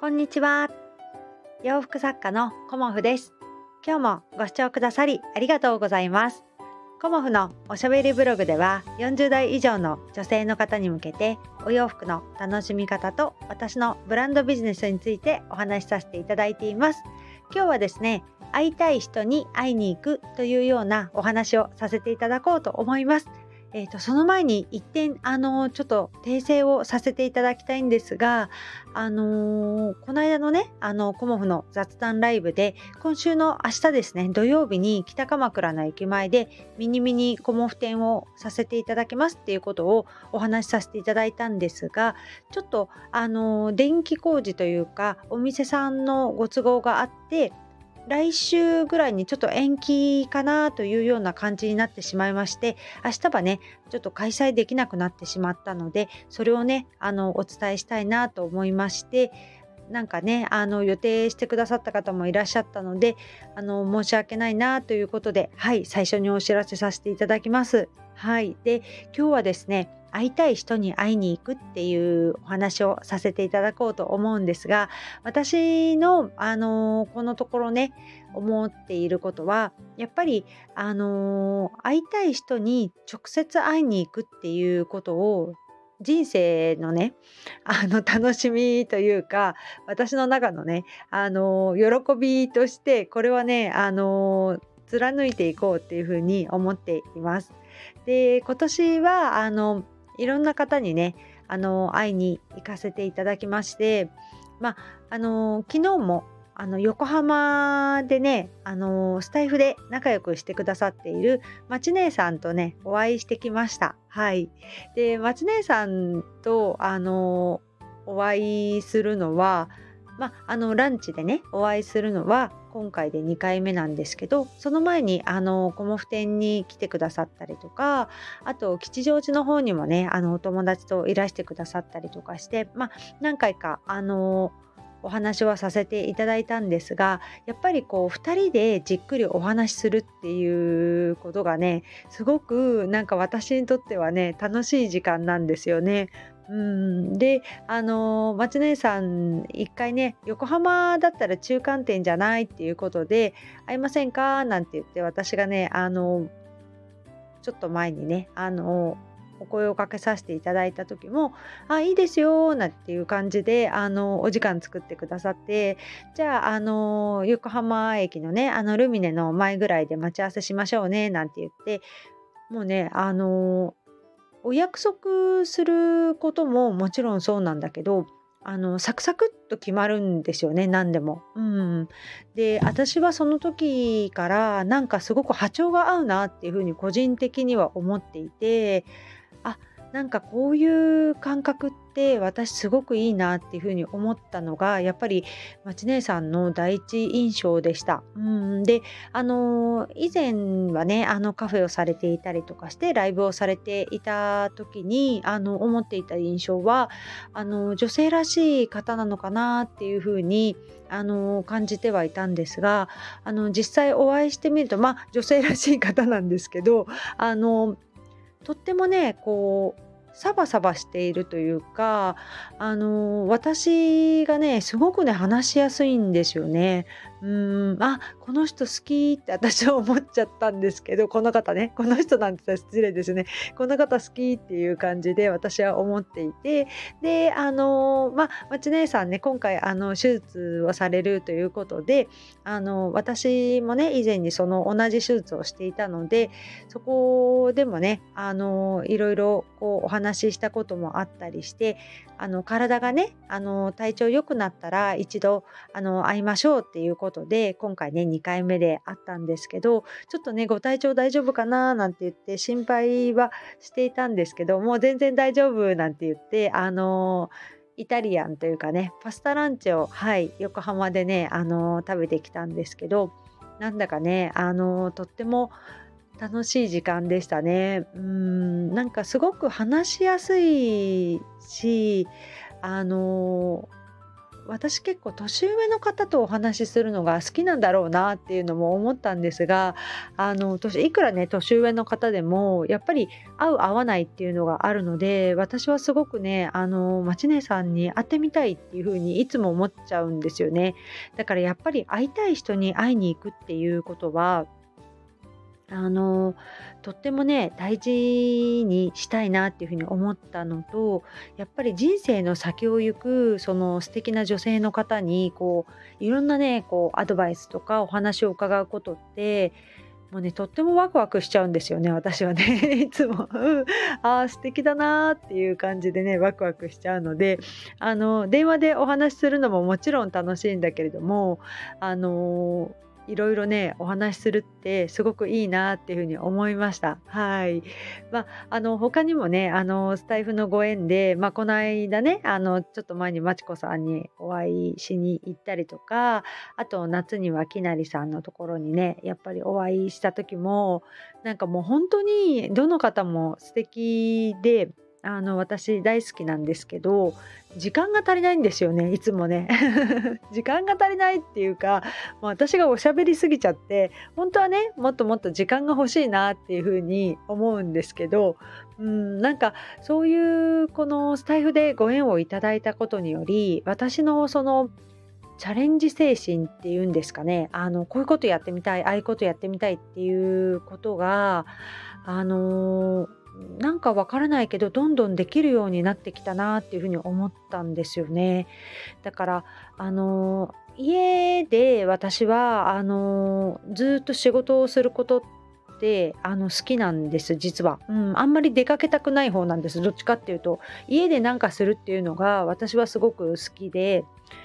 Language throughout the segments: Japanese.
こんにちは。洋服作家のコモフです。今日もご視聴くださりありがとうございます。コモフのおしゃべりブログでは40代以上の女性の方に向けてお洋服の楽しみ方と私のブランドビジネスについてお話しさせていただいています。今日はですね、会いたい人に会いに行くというようなお話をさせていただこうと思います。その前に一点ちょっと訂正をさせていただきたいんですが、この間のねコモフの雑談ライブで今週の明日ですね、土曜日に北鎌倉の駅前でミニコモフ展をさせていただきますっていうことをお話しさせていただいたんですが、ちょっと電気工事というかお店さんのご都合があって来週ぐらいにちょっと延期かなというような感じになってしまいまして、明日はねちょっと開催できなくなってしまったので、それをねお伝えしたいなと思いまして、なんかね予定してくださった方もいらっしゃったので申し訳ないなということで、はい、最初にお知らせさせていただきます。はい、で今日はですね、会いたい人に会いに行くっていうお話をさせていただこうと思うんですが、私のこのところね思っていることは、やっぱり会いたい人に直接会いに行くっていうことを人生のね楽しみというか、私の中のね喜びとして、これはね貫いていこうっていうふうに思っています。で今年はいろんな方にね会いに行かせていただきまして、昨日も横浜でねスタイフで仲良くしてくださっているまち姉さんとねお会いしてきました。はい。でまち姉さんとお会いするのは、ランチでねお会いするのは今回で2回目なんですけど、その前にコモフ展に来てくださったりとか、あと吉祥寺の方にもねお友達といらしてくださったりとかして、何回かお話はさせていただいたんですが、やっぱりこう2人でじっくりお話しするっていうことがね、すごくなんか私にとってはね楽しい時間なんですよね。でまち姉さん一回ね、横浜だったら中間店じゃないっていうことで会いませんかなんて言って、私がねちょっと前にねお声をかけさせていただいた時もいいですよなんていう感じでお時間作ってくださって、じゃあ横浜駅のねルミネの前ぐらいで待ち合わせしましょうねなんて言って、もうねお約束することももちろんそうなんだけど、サクサクっと決まるんですよね、何でも。で私はその時からなんかすごく波長が合うなっていうふうに個人的には思っていて、あ、なんかこういう感覚って私すごくいいなっていうふうに思ったのが、やっぱりまち姉さんの第一印象でした。で以前はねカフェをされていたりとかしてライブをされていた時に思っていた印象は女性らしい方なのかなっていうふうに感じてはいたんですが、実際お会いしてみると女性らしい方なんですけど、とってもねこうサバサバしているというか、私がねすごくね話しやすいんですよね。この人好きって私は思っちゃったんですけど、この方ね、この人なんて言ったら失礼ですね。この方好きっていう感じで私は思っていて、でまち姉さんね今回手術をされるということで、私もね以前にその同じ手術をしていたので、そこでもねいろいろこうお話ししたこともあったりして、体がね体調良くなったら一度会いましょうっていうことで今回ね2回目で会ったんですけど、ちょっとねご体調大丈夫かななんて言って心配はしていたんですけど、もう全然大丈夫なんて言ってイタリアンというかねパスタランチを、はい、横浜でね食べてきたんですけど、なんだかねとっても楽しい時間でしたね。なんかすごく話しやすいし、 私結構年上の方とお話しするのが好きなんだろうなっていうのも思ったんですが、いくらね年上の方でもやっぱり合う合わないっていうのがあるので、私はすごくねまちねさんに会ってみたいっていうふうにいつも思っちゃうんですよね。だからやっぱり会いたい人に会いに行くっていうことはとってもね大事にしたいなっていうふうに思ったのと、やっぱり人生の先を行くその素敵な女性の方にいろんなねアドバイスとかお話を伺うことってもうねとってもワクワクしちゃうんですよね、私はねいつも、素敵だなーっていう感じでねワクワクしちゃうので、電話でお話しするのももちろん楽しいんだけれども、あのいろいろねお話しするってすごくいいなっていうふうに思いました。はい。他にもねスタイフのご縁で、この間ねちょっと前にまちこさんにお会いしに行ったりとか、あと夏にはきなりさんのところにねやっぱりお会いした時もなんかもう本当にどの方も素敵で、私大好きなんですけど、時間が足りないんですよねいつもね時間が足りないっていうか、もう私がおしゃべりすぎちゃって、本当はねもっともっと時間が欲しいなっていうふうに思うんですけど、なんかそういうこのスタイフでご縁をいただいたことにより、私のそのチャレンジ精神っていうんですかね、こういうことやってみたい、ああいうことやってみたいっていうことがなんかわからないけどどんどんできるようになってきたなっていうふうに思ったんですよね。だから家で私はずっと仕事をすることって好きなんです実は、あんまり出かけたくない方なんです。どっちかっていうと家でなんかするっていうのが私はすごく好きで、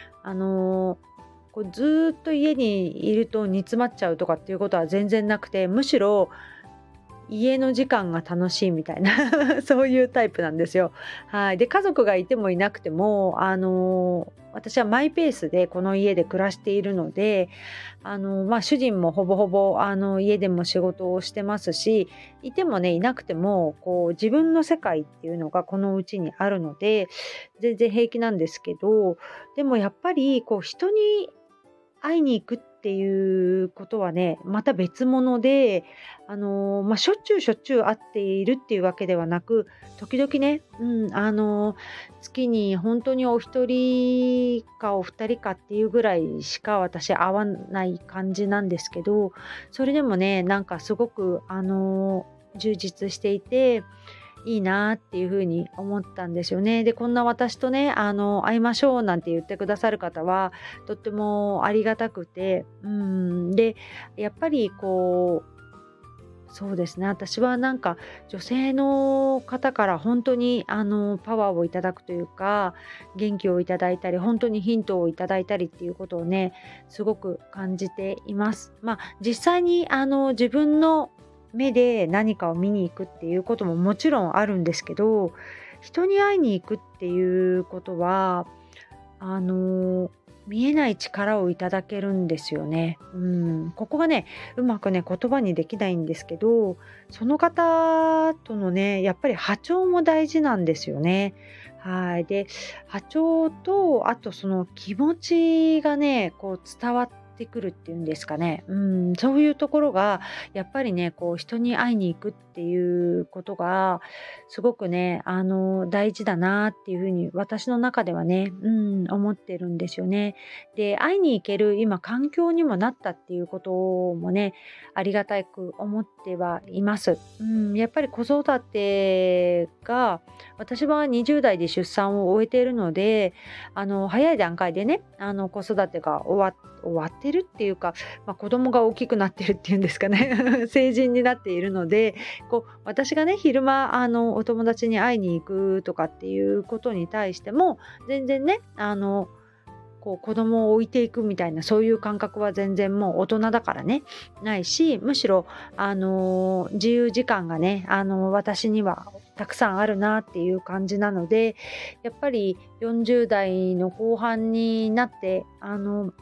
ずーっと家にいると煮詰まっちゃうとかっていうことは全然なくて、むしろ家の時間が楽しいみたいなそういうタイプなんですよ。はい。で、家族がいてもいなくても、私はマイペースでこの家で暮らしているので、主人もほぼほぼ家でも仕事をしてますし、いてもねいなくても自分の世界っていうのがこのうちにあるので全然平気なんですけど、でもやっぱり人に会いに行くっていうことはね、また別物で、しょっちゅうしょっちゅう会っているっていうわけではなく、時々ね、月に本当にお一人かお二人かっていうぐらいしか私会わない感じなんですけど、それでもね、なんかすごく、充実していて、いいなっていうふうに思ったんですよね。で、こんな私とね、会いましょうなんて言ってくださる方は、とってもありがたくて、で、やっぱりそうですね、私はなんか女性の方から本当にパワーをいただくというか、元気をいただいたり、本当にヒントをいただいたりっていうことをね、すごく感じています。実際に自分の目で何かを見に行くっていうことももちろんあるんですけど、人に会いに行くっていうことはあの見えない力をいただけるんですよね。ここがね、うまくね、言葉にできないんですけど、その方とのね、やっぱり波長も大事なんですよね。はい。で、波長と、あとその気持ちがね、伝わってくるっていうんですかね。そういうところが、やっぱりね、人に会いに行くっていうことが、すごくね、大事だなっていうふうに私の中ではね、思ってるんですよね。で、会いに行ける今環境にもなったっていうこともね、ありがたく思ってはいます。やっぱり子育てが、私は20代で出産を終えているので、早い段階でね、子育てが終わってるっていうか、子供が大きくなってるっていうんですかね成人になっているので、私がね昼間お友達に会いに行くとかっていうことに対しても全然ね子供を置いていくみたいなそういう感覚は全然もう大人だからねないし、むしろ自由時間がね私にはたくさんあるなっていう感じなので、やっぱり40代の後半になって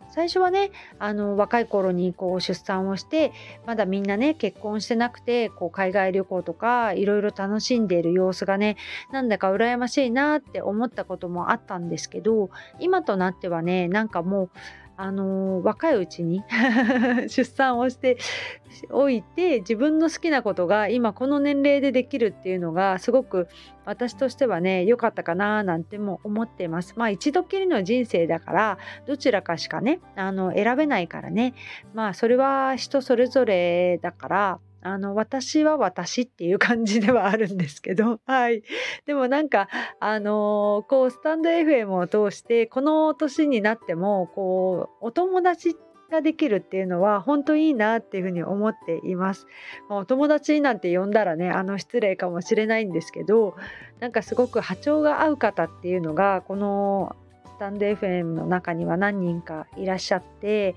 最初はね若い頃に出産をしてまだみんなね結婚してなくて海外旅行とかいろいろ楽しんでいる様子がねなんだか羨ましいなって思ったこともあったんですけど、今となってはねなんかもう若いうちに出産をしておいて自分の好きなことが今この年齢でできるっていうのがすごく私としてはね良かったかななんても思っています。一度きりの人生だからどちらかしかね選べないからね、それは人それぞれだから私は私っていう感じではあるんですけど、はい。でもなんか、スタンド FM を通して、この年になっても、お友達ができるっていうのは、本当いいなっていうふうに思っています。お友達なんて呼んだらね、失礼かもしれないんですけど、なんかすごく波長が合う方っていうのが、このスタンド FM の中には何人かいらっしゃって、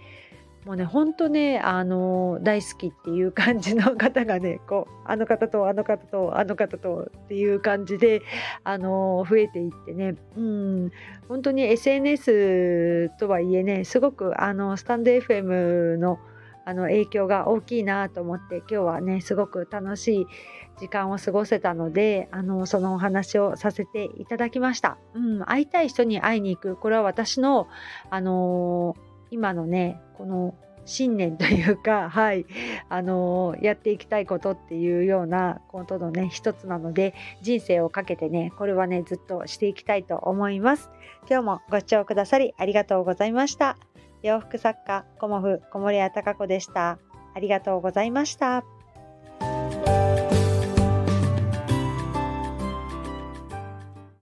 もうね、ほんとね、大好きっていう感じの方がね、あの方とあの方とあの方とっていう感じで、増えていってね、ほんとに SNS とはいえね、すごくスタンド FM の影響が大きいなと思って、今日はね、すごく楽しい時間を過ごせたので、そのお話をさせていただきました。会いたい人に会いに行く、これは私の、今のね、この信念というか、はい、やっていきたいことっていうようなことのね、一つなので、人生をかけてね、これはね、ずっとしていきたいと思います。今日もご視聴くださりありがとうございました。洋服作家、コモフ、小森屋隆子でした。ありがとうございました。